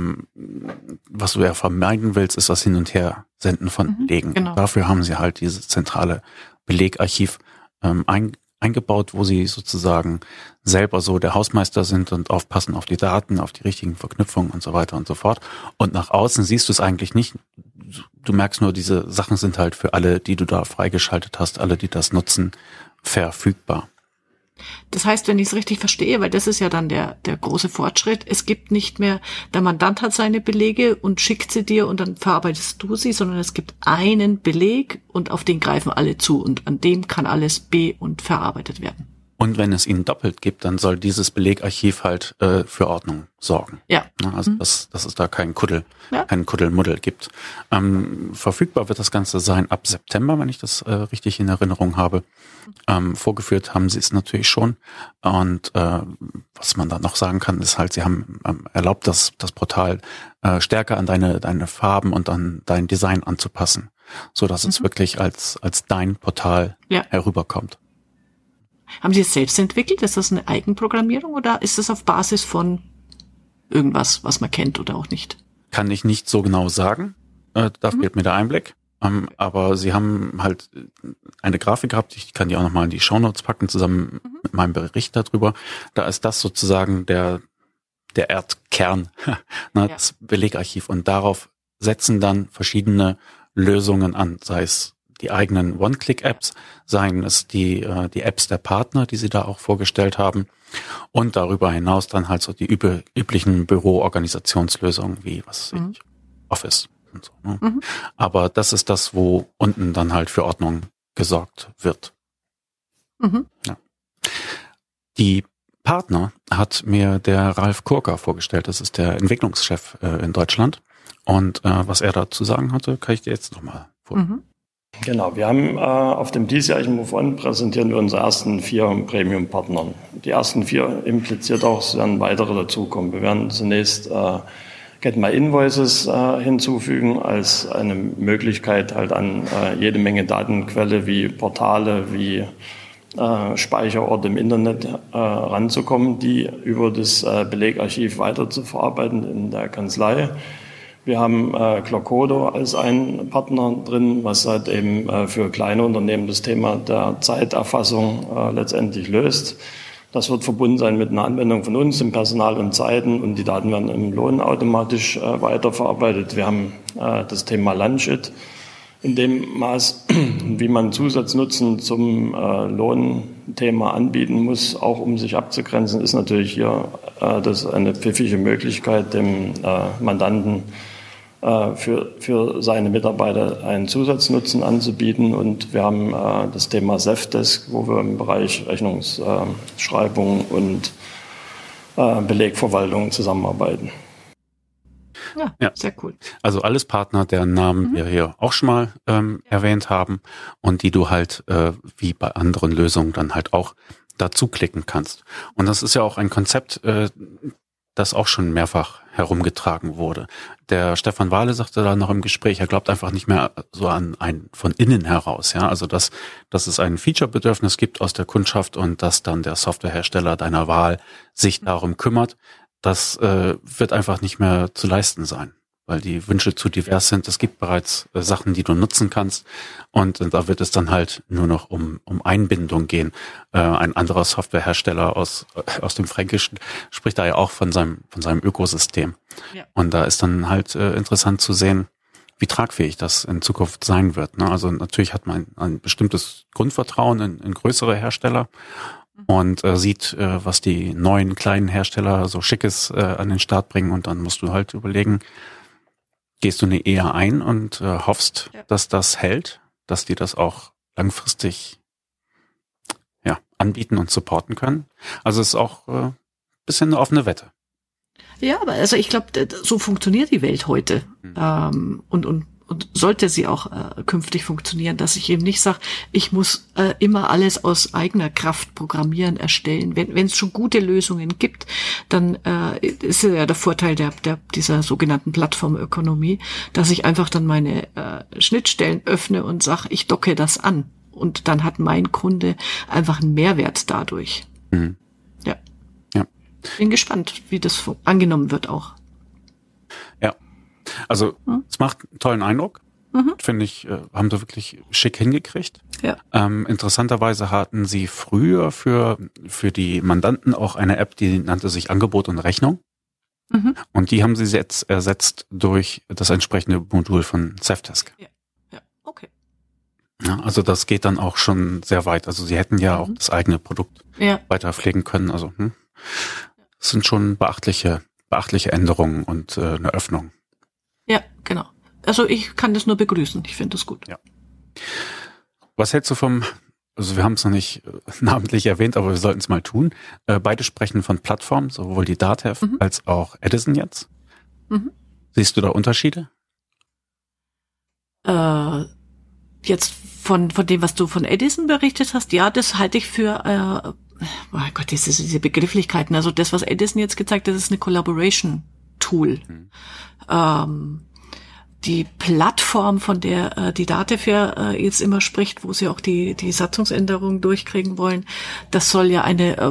was du ja vermeiden willst, ist das Hin- und Her-Senden von Belegen. Genau. Dafür haben sie halt dieses zentrale Belegarchiv eingebaut, wo sie sozusagen selber so der Hausmeister sind und aufpassen auf die Daten, auf die richtigen Verknüpfungen und so weiter und so fort. Und nach außen siehst du es eigentlich nicht. Du merkst nur, diese Sachen sind halt für alle, die du da freigeschaltet hast, alle, die das nutzen, verfügbar. Das heißt, wenn ich es richtig verstehe, weil das ist ja dann der große Fortschritt, es gibt nicht mehr, der Mandant hat seine Belege und schickt sie dir und dann verarbeitest du sie, sondern es gibt einen Beleg und auf den greifen alle zu und an dem kann alles und verarbeitet werden. Und wenn es ihn doppelt gibt, dann soll dieses Belegarchiv halt für Ordnung sorgen. Ja. Also dass es da keinen Kuddelmuddel gibt. Verfügbar wird das Ganze sein ab September, wenn ich das richtig in Erinnerung habe. Vorgeführt haben sie es natürlich schon. Und was man da noch sagen kann, ist halt, sie haben erlaubt, das Portal stärker an deine Farben und an dein Design anzupassen, so dass es wirklich als dein Portal herüberkommt. Haben Sie es selbst entwickelt? Ist das eine Eigenprogrammierung oder ist das auf Basis von irgendwas, was man kennt oder auch nicht? Kann ich nicht so genau sagen. Da fehlt mir der Einblick. Aber sie haben halt eine Grafik gehabt, ich kann die auch nochmal in die Shownotes packen, zusammen mit meinem Bericht darüber. Da ist das sozusagen der Erdkern, das Belegarchiv. Und darauf setzen dann verschiedene Lösungen an, sei es die eigenen One-Click-Apps, seien es die Apps der Partner, die sie da auch vorgestellt haben, und darüber hinaus dann halt so die üblichen Büroorganisationslösungen wie Office und so. Ne? Mhm. Aber das ist das, wo unten dann halt für Ordnung gesorgt wird. Mhm. Ja. Die Partner hat mir der Ralf Kurka vorgestellt. Das ist der Entwicklungschef in Deutschland. Und was er dazu sagen hatte, kann ich dir jetzt nochmal vor. Mhm. Genau, wir haben auf dem diesjährigen Move On präsentieren wir unsere ersten 4 Premium-Partner. Die ersten 4 impliziert auch, es werden weitere dazukommen. Wir werden zunächst Get My Invoices hinzufügen als eine Möglichkeit, halt an jede Menge Datenquelle wie Portale, wie Speicherorte im Internet ranzukommen, die über das Belegarchiv weiter zu verarbeiten in der Kanzlei. Wir haben Clockodo als einen Partner drin, was halt eben für kleine Unternehmen das Thema der Zeiterfassung letztendlich löst. Das wird verbunden sein mit einer Anwendung von uns im Personal und Zeiten und die Daten werden im Lohn automatisch weiterverarbeitet. Wir haben das Thema Lunchit in dem Maß, wie man Zusatznutzen zum Lohnthema anbieten muss, auch um sich abzugrenzen, ist natürlich hier das eine pfiffige Möglichkeit, dem Mandanten für seine Mitarbeiter einen Zusatznutzen anzubieten. Und wir haben das Thema Safdesk, wo wir im Bereich Rechnungsschreibung und Belegverwaltung zusammenarbeiten. Ja, sehr cool. Also alles Partner, deren Namen wir hier auch schon mal erwähnt haben und die du halt wie bei anderen Lösungen dann halt auch dazu klicken kannst. Und das ist ja auch ein Konzept, das auch schon mehrfach herumgetragen wurde. Der Stefan Wahle sagte da noch im Gespräch, er glaubt einfach nicht mehr so an ein von innen heraus, ja, also dass es ein Feature-Bedürfnis gibt aus der Kundschaft und dass dann der Softwarehersteller deiner Wahl sich darum kümmert. Das wird einfach nicht mehr zu leisten sein, weil die Wünsche zu divers sind. Es gibt bereits Sachen, die du nutzen kannst und da wird es dann halt nur noch um Einbindung gehen. Ein anderer Softwarehersteller aus dem Fränkischen spricht da ja auch von seinem Ökosystem. Ja. Und da ist dann halt interessant zu sehen, wie tragfähig das in Zukunft sein wird. Ne? Also natürlich hat man ein bestimmtes Grundvertrauen in größere Hersteller und sieht, was die neuen kleinen Hersteller so Schickes an den Start bringen und dann musst du halt überlegen, gehst du eine eher ein und hoffst, dass das hält, dass die das auch langfristig anbieten und supporten können. Also es ist auch ein bisschen eine offene Wette. Ja, aber also ich glaube, so funktioniert die Welt heute. Und sollte sie auch künftig funktionieren, dass ich eben nicht sage, ich muss immer alles aus eigener Kraft programmieren, erstellen. Wenn es schon gute Lösungen gibt, dann ist ja der Vorteil dieser sogenannten Plattformökonomie, dass ich einfach dann meine Schnittstellen öffne und sage, ich docke das an. Und dann hat mein Kunde einfach einen Mehrwert dadurch. Mhm. Ja. Bin gespannt, wie das angenommen wird auch. Ja. Also es macht einen tollen Eindruck, finde ich, haben sie wirklich schick hingekriegt. Ja. Interessanterweise hatten sie früher für die Mandanten auch eine App, die nannte sich Angebot und Rechnung. Mhm. Und die haben sie jetzt ersetzt durch das entsprechende Modul von Safdesk. Ja, okay. Ja, also das geht dann auch schon sehr weit. Also sie hätten ja auch das eigene Produkt weiter pflegen können. Also das sind schon beachtliche Änderungen und eine Öffnung. Ja, genau. Also ich kann das nur begrüßen. Ich finde das gut. Ja. Was hältst du also wir haben es noch nicht namentlich erwähnt, aber wir sollten es mal tun. Beide sprechen von Plattformen, sowohl die Datev als auch Edison jetzt. Mhm. Siehst du da Unterschiede? Jetzt von dem, was du von Edison berichtet hast, ja, das halte ich für, oh Gott, diese Begrifflichkeiten. Also das, was Edison jetzt gezeigt hat, ist eine Collaboration-Tool. Die Plattform, von der die Datev jetzt immer spricht, wo sie auch die Satzungsänderungen durchkriegen wollen, das soll ja eine,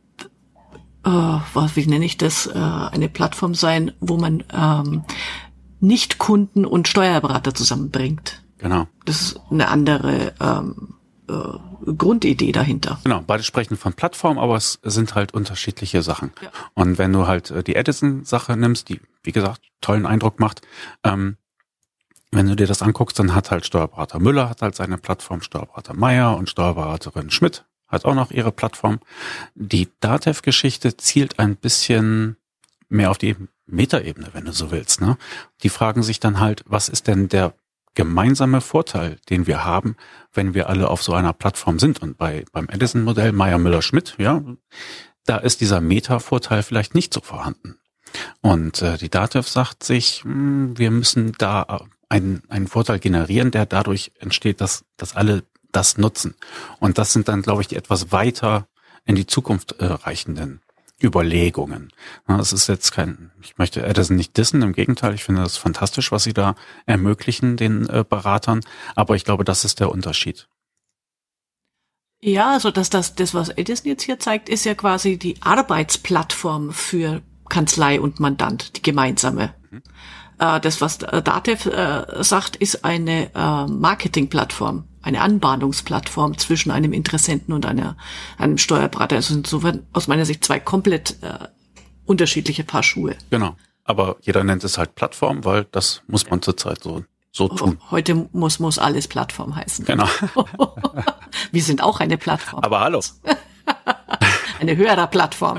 wie nenne ich das, eine Plattform sein, wo man nicht Kunden und Steuerberater zusammenbringt. Genau. Das ist eine andere Grundidee dahinter. Genau, beide sprechen von Plattform, aber es sind halt unterschiedliche Sachen. Ja. Und wenn du halt die Edison-Sache nimmst, die, wie gesagt, tollen Eindruck macht, wenn du dir das anguckst, dann hat halt Steuerberater Müller hat halt seine Plattform, Steuerberater Meier und Steuerberaterin Schmidt hat auch noch ihre Plattform. Die DATEV-Geschichte zielt ein bisschen mehr auf die Metaebene, wenn du so willst, ne? Die fragen sich dann halt, was ist denn der gemeinsame Vorteil, den wir haben, wenn wir alle auf so einer Plattform sind? Und beim Edison-Modell Meier, Müller, Schmidt, ja, da ist dieser Meta-Vorteil vielleicht nicht so vorhanden. Und die DATEV sagt sich, wir müssen da einen Vorteil generieren, der dadurch entsteht, dass alle das nutzen. Und das sind dann, glaube ich, die etwas weiter in die Zukunft reichenden Überlegungen. Es ist jetzt ich möchte Edison nicht dissen, im Gegenteil, ich finde das fantastisch, was sie da ermöglichen, den Beratern, aber ich glaube, das ist der Unterschied. Ja, also das, was Edison jetzt hier zeigt, ist ja quasi die Arbeitsplattform für Kanzlei und Mandant, die gemeinsame. Das, was DATEV sagt, ist eine Marketingplattform, eine Anbahnungsplattform zwischen einem Interessenten und einem Steuerberater. Also insofern aus meiner Sicht zwei komplett unterschiedliche Paar Schuhe. Genau, aber jeder nennt es halt Plattform, weil das muss man zurzeit so tun. Heute muss alles Plattform heißen. Genau. Wir sind auch eine Plattform. Aber hallo. Eine höhere Plattform.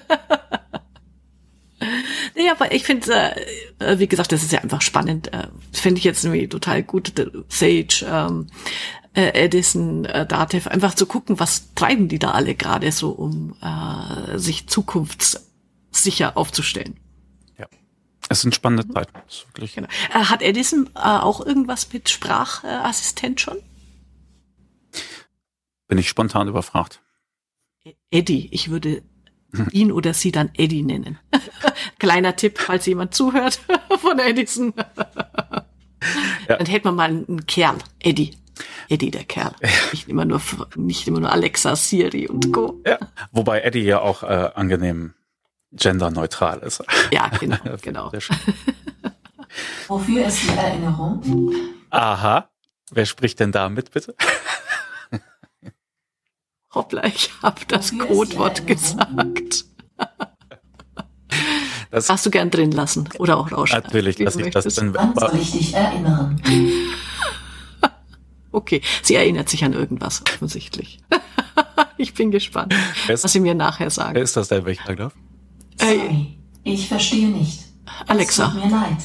Nee, aber ich finde, wie gesagt, das ist ja einfach spannend. Finde ich jetzt irgendwie total gut, Sage, Edison, DATEV, einfach zu gucken, was treiben die da alle gerade so, um sich zukunftssicher aufzustellen. Ja, es sind spannende Zeiten. Das ist wirklich genau. Hat Edison auch irgendwas mit Sprachassistent schon? Bin ich spontan überfragt. Eddie, ich würde ihn oder sie dann Eddie nennen. Kleiner Tipp, falls jemand zuhört von Edison. Ja. Dann hätten wir mal einen Kerl, Eddie. Eddie, der Kerl. Ja. Nicht immer nur Alexa, Siri und Co. Ja. Wobei Eddie ja auch angenehm genderneutral ist. Ja, genau. Wofür ist die Erinnerung? Aha. Wer spricht denn da mit, bitte? Hoppla, ich habe das Codewort gesagt. Das darfst du gern drin lassen oder auch rausschneiden. Natürlich, dass ich das dann... Wann soll ich dich erinnern? Okay, sie erinnert sich an irgendwas, offensichtlich. Ich bin gespannt, was sie mir nachher sagen. Wer ist das denn, wenn ich sagen darf? Sorry, ich verstehe nicht. Alexa. Es tut mir leid.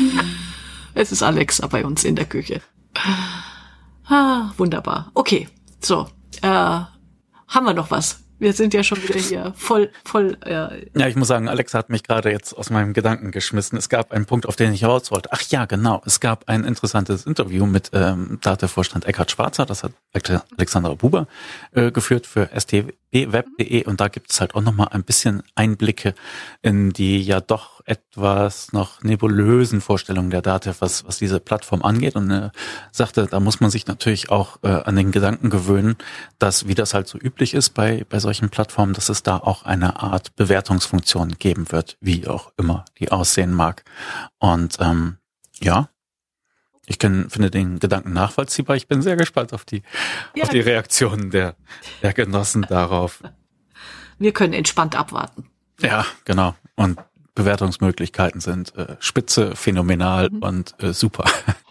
Es ist Alexa bei uns in der Küche. Wunderbar. Okay, so. Haben wir noch was? Wir sind ja schon wieder hier voll. Ja, ich muss sagen, Alexa hat mich gerade jetzt aus meinem Gedanken geschmissen. Es gab einen Punkt, auf den ich raus wollte. Ach ja, genau. Es gab ein interessantes Interview mit DATEV-Vorstand Eckhard Schwarzer. Das hat Alexandra Buber geführt für stwweb.de. Und da gibt es halt auch nochmal ein bisschen Einblicke in die ja doch etwas noch nebulösen Vorstellungen der DATEV, was diese Plattform angeht. Und sagte, da muss man sich natürlich auch an den Gedanken gewöhnen, dass, wie das halt so üblich ist bei solchen Plattformen, dass es da auch eine Art Bewertungsfunktion geben wird, wie auch immer die aussehen mag. Und ja, ich finde den Gedanken nachvollziehbar. Ich bin sehr gespannt auf die Reaktionen der Genossen darauf. Wir können entspannt abwarten. Ja, genau. Und Bewertungsmöglichkeiten sind spitze, phänomenal und super.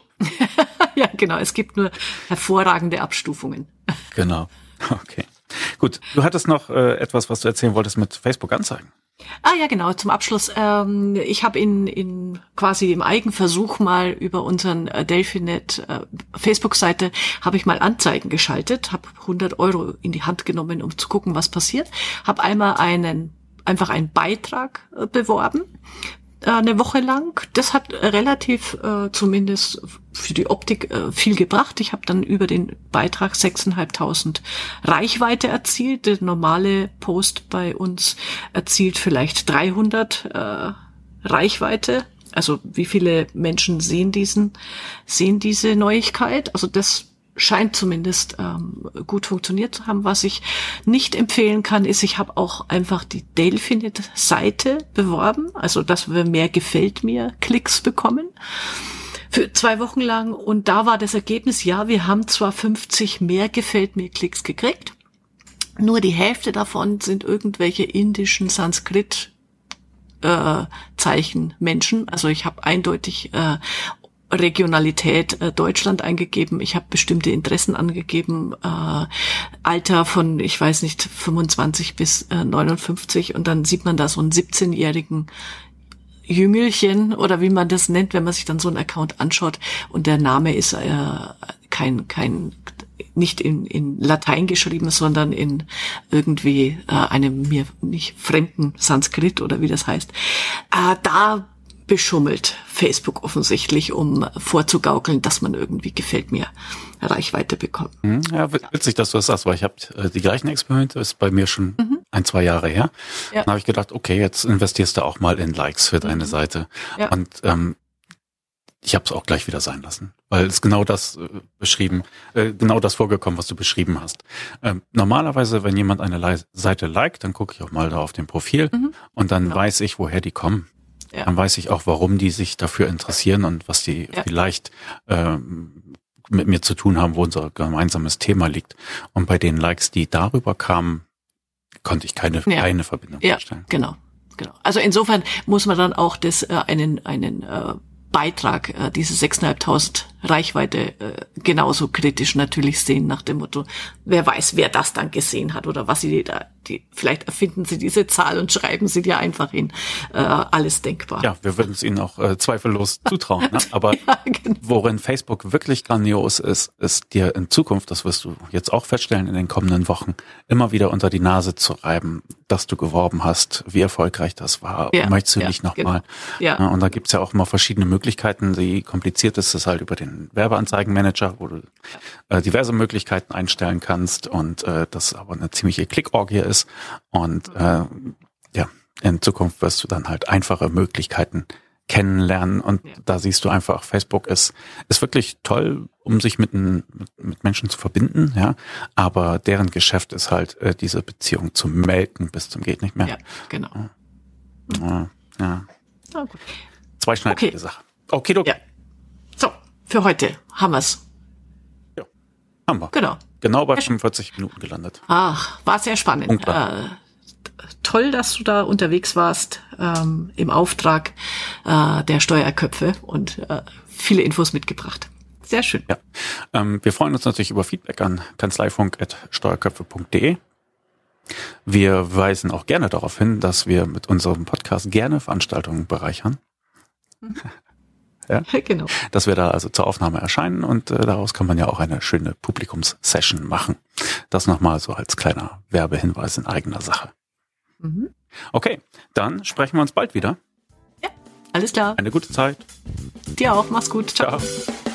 Ja, genau. Es gibt nur hervorragende Abstufungen. Genau. Okay. Gut. Du hattest noch etwas, was du erzählen wolltest mit Facebook-Anzeigen. Ja, genau. Zum Abschluss. Ich habe in quasi im Eigenversuch mal über unseren Delphinet Facebook-Seite habe ich mal Anzeigen geschaltet, habe 100 € in die Hand genommen, um zu gucken, was passiert. Habe einmal einfach einen Beitrag beworben, eine Woche lang. Das hat relativ zumindest für die Optik viel gebracht. Ich habe dann über den Beitrag 6.500 Reichweite erzielt. Der normale Post bei uns erzielt vielleicht 300 Reichweite. Also wie viele Menschen sehen diese Neuigkeit? Also das scheint zumindest gut funktioniert zu haben. Was ich nicht empfehlen kann, ist, ich habe auch einfach die Delphinet-Seite beworben, also dass wir mehr Gefällt mir Klicks bekommen für 2 Wochen lang. Und da war das Ergebnis, ja, wir haben zwar 50 mehr Gefällt mir Klicks gekriegt, nur die Hälfte davon sind irgendwelche indischen Sanskrit Zeichen Menschen. Also ich habe eindeutig Regionalität Deutschland eingegeben. Ich habe bestimmte Interessen angegeben, Alter von, ich weiß nicht, 25 bis 59 und dann sieht man da so einen 17-jährigen Jüngelchen oder wie man das nennt, wenn man sich dann so einen Account anschaut und der Name ist nicht in Latein geschrieben, sondern in irgendwie einem mir nicht fremden Sanskrit oder wie das heißt. Da beschummelt Facebook offensichtlich, um vorzugaukeln, dass man irgendwie gefällt mir Reichweite bekommt. Ja, witzig, dass du das sagst, weil ich habe die gleichen Experimente, ist bei mir schon 1-2 Jahre her. Ja. Dann habe ich gedacht, okay, jetzt investierst du auch mal in Likes für deine Seite. Ja. Und ich habe es auch gleich wieder sein lassen, weil es genau das genau das vorgekommen, was du beschrieben hast. Normalerweise, wenn jemand eine Seite liked, dann gucke ich auch mal da auf dem Profil und dann weiß ich, woher die kommen. Ja. Dann weiß ich auch, warum die sich dafür interessieren und was die vielleicht mit mir zu tun haben, wo unser gemeinsames Thema liegt. Und bei den Likes, die darüber kamen, konnte ich keine Verbindung herstellen. Genau. Also insofern muss man dann auch einen Beitrag, diese 6.500 Reichweite genauso kritisch natürlich sehen, nach dem Motto, wer weiß, wer das dann gesehen hat oder was sie da, vielleicht erfinden sie diese Zahl und schreiben sie dir einfach hin. Alles denkbar. Ja, wir würden es ihnen auch zweifellos zutrauen. Ne? Aber genau. Worin Facebook wirklich grandios ist dir in Zukunft, das wirst du jetzt auch feststellen in den kommenden Wochen, immer wieder unter die Nase zu reiben, dass du geworben hast, wie erfolgreich das war. Ja, möchtest du nicht nochmal? Genau. Ja. Und da gibt's ja auch immer verschiedene Möglichkeiten. Die komplizierteste ist halt über den Werbeanzeigenmanager, wo du diverse Möglichkeiten einstellen kannst und das aber eine ziemliche Klickorgie ist. Und in Zukunft wirst du dann halt einfache Möglichkeiten kennenlernen und da siehst du einfach, Facebook ist wirklich toll, um sich mit Menschen zu verbinden, ja, aber deren Geschäft ist halt diese Beziehung zu melken bis zum geht nicht mehr. Ja, genau. Ja. Oh, gut. Zweischneidige Sache. Okay, ja. So, für heute haben wir's. Ja, haben wir. Genau. Genau bei 45 Minuten gelandet. Ach, war sehr spannend. Toll, dass du da unterwegs warst im Auftrag der Steuerköpfe und viele Infos mitgebracht. Sehr schön. Ja. Wir freuen uns natürlich über Feedback an kanzleifunk@steuerköpfe.de. Wir weisen auch gerne darauf hin, dass wir mit unserem Podcast gerne Veranstaltungen bereichern. Ja? Genau. Dass wir da also zur Aufnahme erscheinen und daraus kann man ja auch eine schöne Publikumssession machen. Das nochmal so als kleiner Werbehinweis in eigener Sache. Okay, dann sprechen wir uns bald wieder. Ja, alles klar. Eine gute Zeit. Dir auch, mach's gut. Ciao. Ciao.